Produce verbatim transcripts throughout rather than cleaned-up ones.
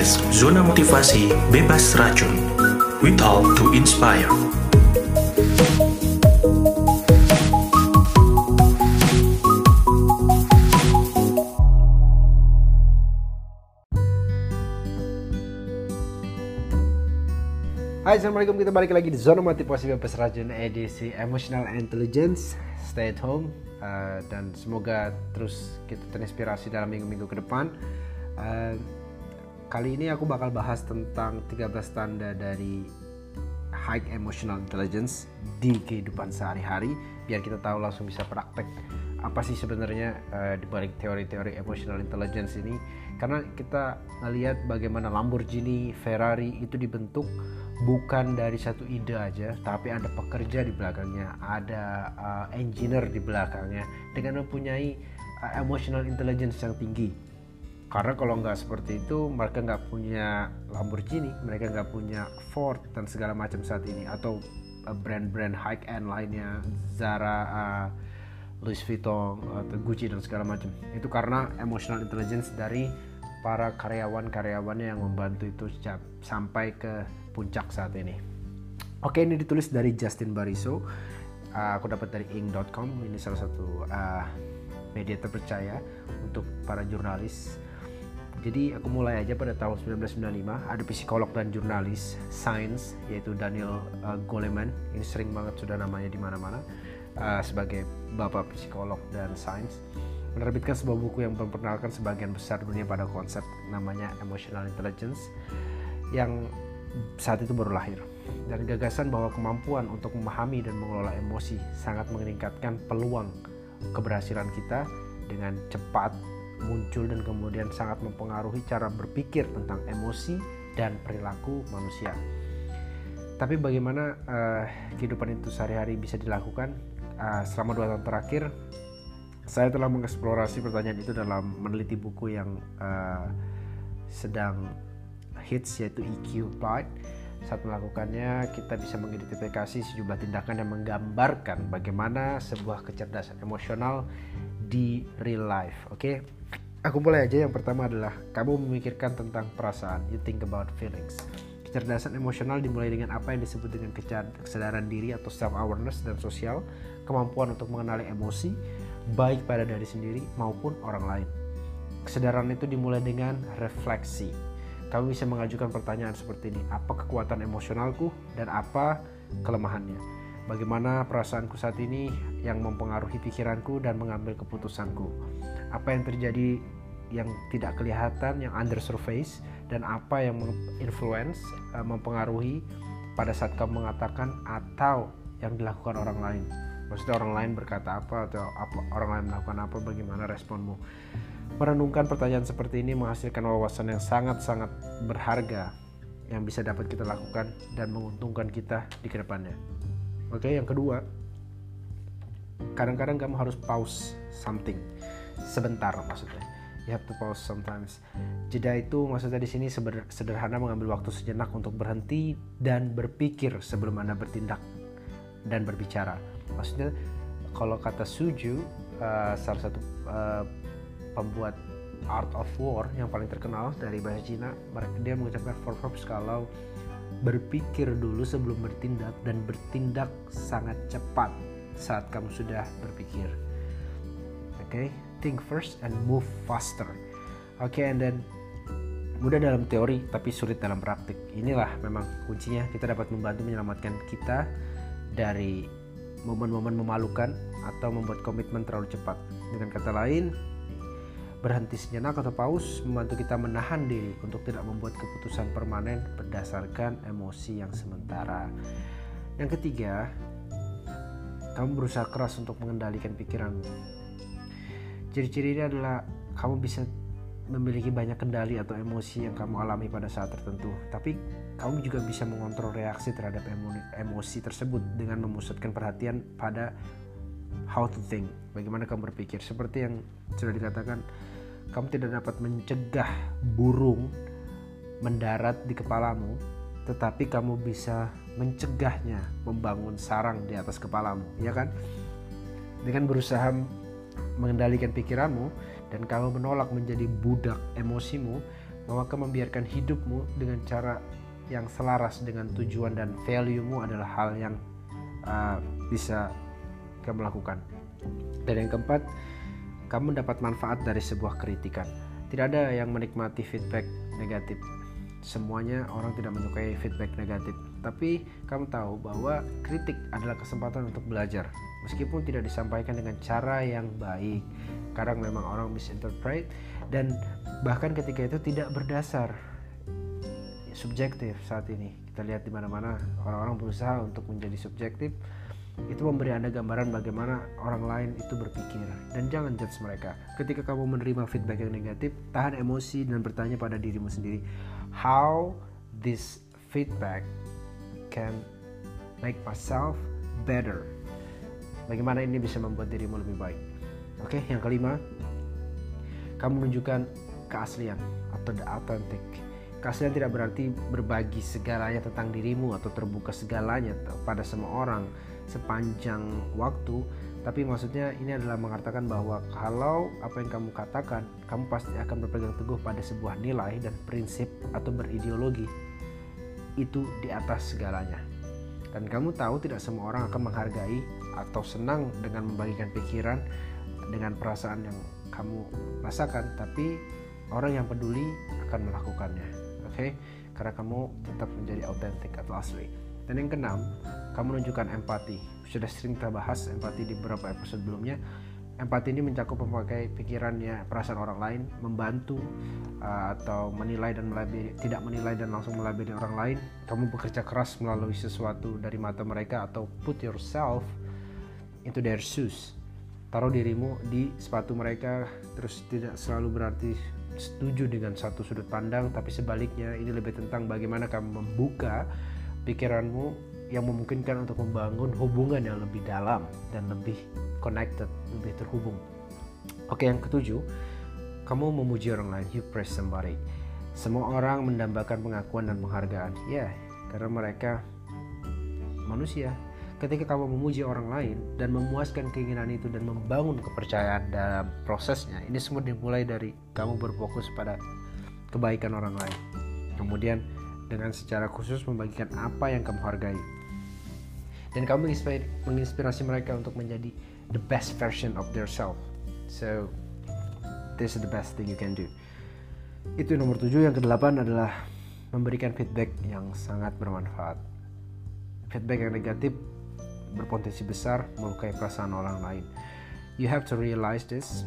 podcast Zona Motivasi Bebas Racun. We talk to inspire. Hai, assalamualaikum, kita balik lagi di Zona Motivasi Bebas Racun edisi Emotional Intelligence. Stay at home uh, dan semoga terus kita terinspirasi dalam minggu-minggu ke depan. uh, Kali ini aku bakal bahas tentang tiga belas tanda dari High Emotional Intelligence di kehidupan sehari-hari, biar kita tahu langsung bisa praktek apa sih sebenarnya uh, di balik teori-teori emotional intelligence ini. Karena kita melihat bagaimana Lamborghini, Ferrari itu dibentuk bukan dari satu ide aja, tapi ada pekerja di belakangnya, ada uh, engineer di belakangnya dengan mempunyai uh, emotional intelligence yang tinggi. Karena kalau nggak seperti itu, mereka nggak punya Lamborghini, mereka nggak punya Ford dan segala macam saat ini, atau uh, brand-brand high-end lainnya, Zara, uh, Louis Vuitton, atau Gucci dan segala macam. Itu karena emotional intelligence dari para karyawan-karyawannya yang membantu itu sampai ke puncak saat ini. Oke, ini ditulis dari Justin Bariso. Uh, aku dapat dari ink dot com. Ini salah satu uh, media terpercaya untuk para jurnalis. Jadi aku mulai aja pada tahun sembilan belas sembilan puluh lima. Ada psikolog dan jurnalis sains yaitu Daniel uh, Goleman. Ini sering banget sudah namanya di mana-mana uh, sebagai bapak psikolog dan sains. Menerbitkan sebuah buku yang memperkenalkan sebagian besar dunia pada konsep namanya emotional intelligence yang saat itu baru lahir, dan gagasan bahwa kemampuan untuk memahami dan mengelola emosi sangat meningkatkan peluang keberhasilan kita dengan cepat muncul dan kemudian sangat mempengaruhi cara berpikir tentang emosi dan perilaku manusia. Tapi bagaimana uh, kehidupan itu sehari-hari bisa dilakukan? Uh, selama dua tahun terakhir saya telah mengeksplorasi pertanyaan itu dalam meneliti buku yang uh, sedang hits, yaitu E Q Applied. Saat melakukannya, kita bisa mengidentifikasi sejumlah tindakan yang menggambarkan bagaimana sebuah kecerdasan emosional di real life. Oke, aku mulai aja. Yang pertama adalah kamu memikirkan tentang perasaan. You think about feelings. Kecerdasan emosional dimulai dengan apa yang disebut dengan kesadaran diri atau self-awareness dan sosial, kemampuan untuk mengenali emosi, baik pada diri sendiri maupun orang lain. Kesadaran itu dimulai dengan refleksi. Kamu bisa mengajukan pertanyaan seperti ini: apa kekuatan emosionalku dan apa kelemahannya? Bagaimana perasaanku saat ini yang mempengaruhi pikiranku dan mengambil keputusanku? Apa yang terjadi yang tidak kelihatan, yang under surface, dan apa yang menginfluence, mempengaruhi pada saat kamu mengatakan atau yang dilakukan orang lain? Maksudnya orang lain berkata apa atau apa, orang lain melakukan apa, bagaimana responmu? Merenungkan pertanyaan seperti ini menghasilkan wawasan yang sangat-sangat berharga yang bisa dapat kita lakukan dan menguntungkan kita di kedepannya. Oke, yang kedua, kadang-kadang kamu harus pause something sebentar, maksudnya. You have to pause sometimes. Jeda itu maksudnya di sini sederhana mengambil waktu sejenak untuk berhenti dan berpikir sebelum Anda bertindak dan berbicara. Maksudnya kalau kata Suju, uh, salah satu uh, pembuat Art of War yang paling terkenal dari bahasa Cina, dia mengucapkan four-verbs kalau berpikir dulu sebelum bertindak dan bertindak sangat cepat saat kamu sudah berpikir. Oke, okay? Think first and move faster. Oke, okay, and then mudah dalam teori tapi sulit dalam praktik. Inilah memang kuncinya. Kita dapat membantu menyelamatkan kita dari momen-momen memalukan atau membuat komitmen terlalu cepat. Dengan kata lain, berhenti sejenak atau pause membantu kita menahan diri untuk tidak membuat keputusan permanen berdasarkan emosi yang sementara. Yang ketiga, kamu berusaha keras untuk mengendalikan pikiranmu. Ciri-ciri ini adalah kamu bisa memiliki banyak kendali atau emosi yang kamu alami pada saat tertentu, tapi kamu juga bisa mengontrol reaksi terhadap emosi tersebut dengan memusatkan perhatian pada how to think, bagaimana kamu berpikir. Seperti yang sudah dikatakan, kamu tidak dapat mencegah burung mendarat di kepalamu, tetapi kamu bisa mencegahnya membangun sarang di atas kepalamu, ya kan? Dengan berusaha mengendalikan pikiranmu dan kamu menolak menjadi budak emosimu, bahwa kamu membiarkan hidupmu dengan cara yang selaras dengan tujuan dan value-mu adalah hal yang uh, bisa kamu lakukan. Dan yang keempat, kamu dapat manfaat dari sebuah kritikan. Tidak ada yang menikmati feedback negatif. Semuanya orang tidak menyukai feedback negatif. Tapi kamu tahu bahwa kritik adalah kesempatan untuk belajar. Meskipun tidak disampaikan dengan cara yang baik, kadang memang orang misinterpret, dan bahkan ketika itu tidak berdasar, subjektif. Saat ini kita lihat di mana-mana orang-orang berusaha untuk menjadi subjektif. Itu memberi Anda gambaran bagaimana orang lain itu berpikir, dan jangan judge mereka. Ketika kamu menerima feedback yang negatif, tahan emosi dan bertanya pada dirimu sendiri, how this feedback can make myself better. Bagaimana ini bisa membuat dirimu lebih baik. Oke, yang kelima, kamu menunjukkan keaslian atau the authentic. Keaslian tidak berarti berbagi segalanya tentang dirimu atau terbuka segalanya pada semua orang sepanjang waktu, tapi maksudnya ini adalah mengatakan bahwa kalau apa yang kamu katakan, kamu pasti akan berpegang teguh pada sebuah nilai dan prinsip atau berideologi itu di atas segalanya. Dan kamu tahu tidak semua orang akan menghargai atau senang dengan membagikan pikiran dengan perasaan yang kamu rasakan, tapi orang yang peduli akan melakukannya. Oke, okay? Karena kamu tetap menjadi autentik atau asli. Dan yang keenam, kamu menunjukkan empati. Sudah sering kita bahas empati di beberapa episode sebelumnya. Empati ini mencakup memakai pikirannya, perasaan orang lain, membantu uh, atau menilai dan melabeli, tidak menilai dan langsung melabeli orang lain. Kamu bekerja keras melalui sesuatu dari mata mereka, atau put yourself into their shoes. Taruh dirimu di sepatu mereka. Terus tidak selalu berarti setuju dengan satu sudut pandang, tapi sebaliknya ini lebih tentang bagaimana kamu membuka pikiranmu yang memungkinkan untuk membangun hubungan yang lebih dalam dan lebih connected, lebih terhubung. Oke, yang ketujuh, kamu memuji orang lain. You praise somebody. Semua orang mendambakan pengakuan dan penghargaan. Ya, yeah, karena mereka manusia. Ketika kamu memuji orang lain dan memuaskan keinginan itu dan membangun kepercayaan dalam prosesnya, ini semua dimulai dari kamu berfokus pada kebaikan orang lain. Kemudian dengan secara khusus membagikan apa yang kamu hargai. Dan kamu menginspirasi mereka untuk menjadi the best version of their self. So, this is the best thing you can do. Itu nomor tujuh. Yang kedelapan adalah memberikan feedback yang sangat bermanfaat. Feedback yang negatif berpotensi besar melukai perasaan orang lain. You have to realize this.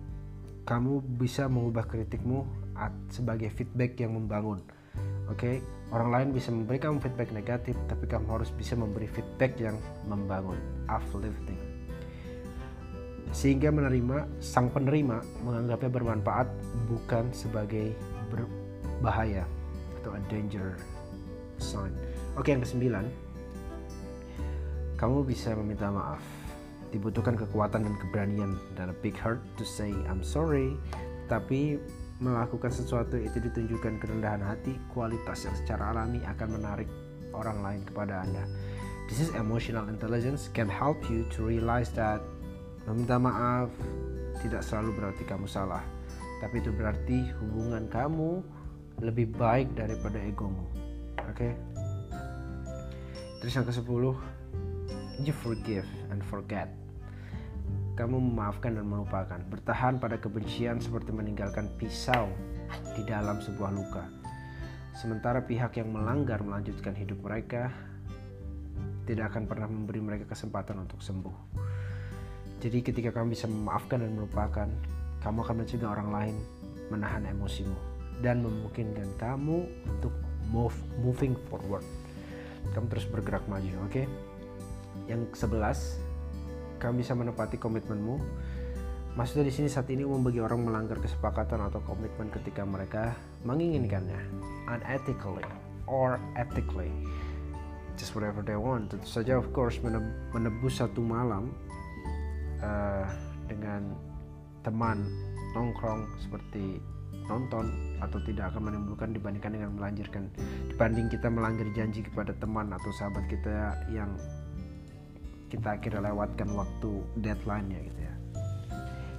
Kamu bisa mengubah kritikmu sebagai feedback yang membangun. Oke, okay? Orang lain bisa memberi kamu feedback negatif, tapi kamu harus bisa memberi feedback yang membangun, uplifting. Sehingga menerima, sang penerima menganggapnya bermanfaat, bukan sebagai berbahaya atau a danger sign. Oke, okay, yang kesembilan, kamu bisa meminta maaf. Dibutuhkan kekuatan dan keberanian dan a big heart to say I'm sorry, tapi melakukan sesuatu itu ditunjukkan kerendahan hati, kualitas yang secara alami akan menarik orang lain kepada Anda. This is emotional intelligence can help you to realize that meminta maaf tidak selalu berarti kamu salah, tapi itu berarti hubungan kamu lebih baik daripada egomu. Oke. Okay? Terus yang kesepuluh, you forgive and forget. Kamu memaafkan dan melupakan. Bertahan pada kebencian seperti meninggalkan pisau di dalam sebuah luka. Sementara pihak yang melanggar melanjutkan hidup mereka tidak akan pernah memberi mereka kesempatan untuk sembuh. Jadi ketika kamu bisa memaafkan dan melupakan, kamu akan mencegah orang lain menahan emosimu dan memungkinkan kamu untuk move, moving forward. Kamu terus bergerak maju, oke? Okay? Yang sebelas, kamu bisa menepati komitmenmu. Maksudnya di sini saat ini umum bagi orang melanggar kesepakatan atau komitmen ketika mereka menginginkannya unethically or ethically, just whatever they want. Tentu saja of course menebus satu malam uh, dengan teman nongkrong seperti nonton atau tidak akan menimbulkan dibandingkan dengan melanjutkan dibanding kita melanggar janji kepada teman atau sahabat kita yang kita akhirnya lewatkan waktu deadline-nya gitu ya.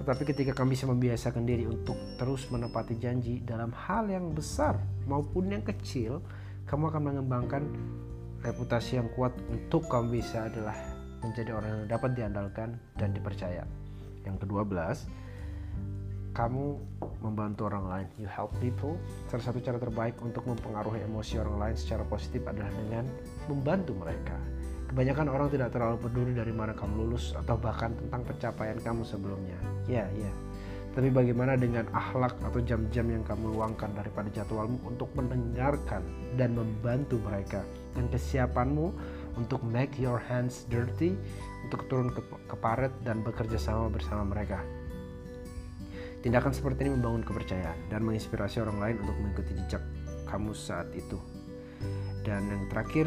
Tetapi ketika kamu bisa membiasakan diri untuk terus menepati janji dalam hal yang besar maupun yang kecil, kamu akan mengembangkan reputasi yang kuat untuk kamu bisa adalah menjadi orang yang dapat diandalkan dan dipercaya. Yang kedua belas, kamu membantu orang lain. You help people. Salah satu cara terbaik untuk mempengaruhi emosi orang lain secara positif adalah dengan membantu mereka. Kebanyakan orang tidak terlalu peduli dari mana kamu lulus atau bahkan tentang pencapaian kamu sebelumnya. Ya, ya. Tapi bagaimana dengan akhlak atau jam-jam yang kamu luangkan daripada jadwalmu untuk mendengarkan dan membantu mereka, dan kesiapanmu untuk make your hands dirty, untuk turun ke, ke paret dan bekerja sama bersama mereka. Tindakan seperti ini membangun kepercayaan dan menginspirasi orang lain untuk mengikuti jejak kamu saat itu. Dan yang terakhir,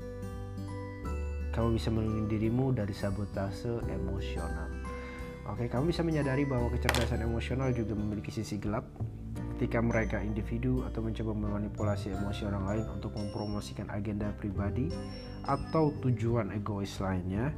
kamu bisa melindungi dirimu dari sabotase emosional. Oke, kamu bisa menyadari bahwa kecerdasan emosional juga memiliki sisi gelap. Ketika mereka individu atau mencoba memanipulasi emosi orang lain untuk mempromosikan agenda pribadi atau tujuan egois lainnya,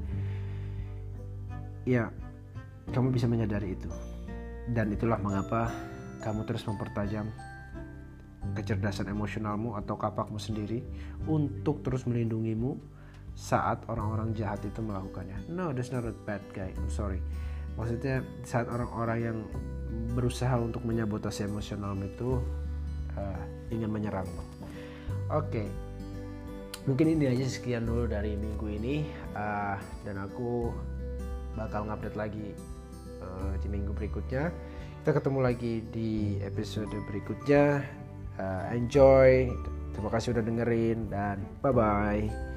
ya, kamu bisa menyadari itu. Dan itulah mengapa kamu terus mempertajam kecerdasan emosionalmu atau kapakmu sendiri untuk terus melindungimu saat orang-orang jahat itu melakukannya. No, that's not a bad guy. I'm sorry. Maksudnya saat orang-orang yang berusaha untuk menyabotase emosionalmu itu uh, ingin menyerangmu. Oke, okay. Mungkin ini aja sekian dulu dari minggu ini, uh, dan aku bakal ngupdate lagi uh, di minggu berikutnya. Kita ketemu lagi di episode berikutnya. Uh, enjoy. Terima kasih udah dengerin dan bye bye.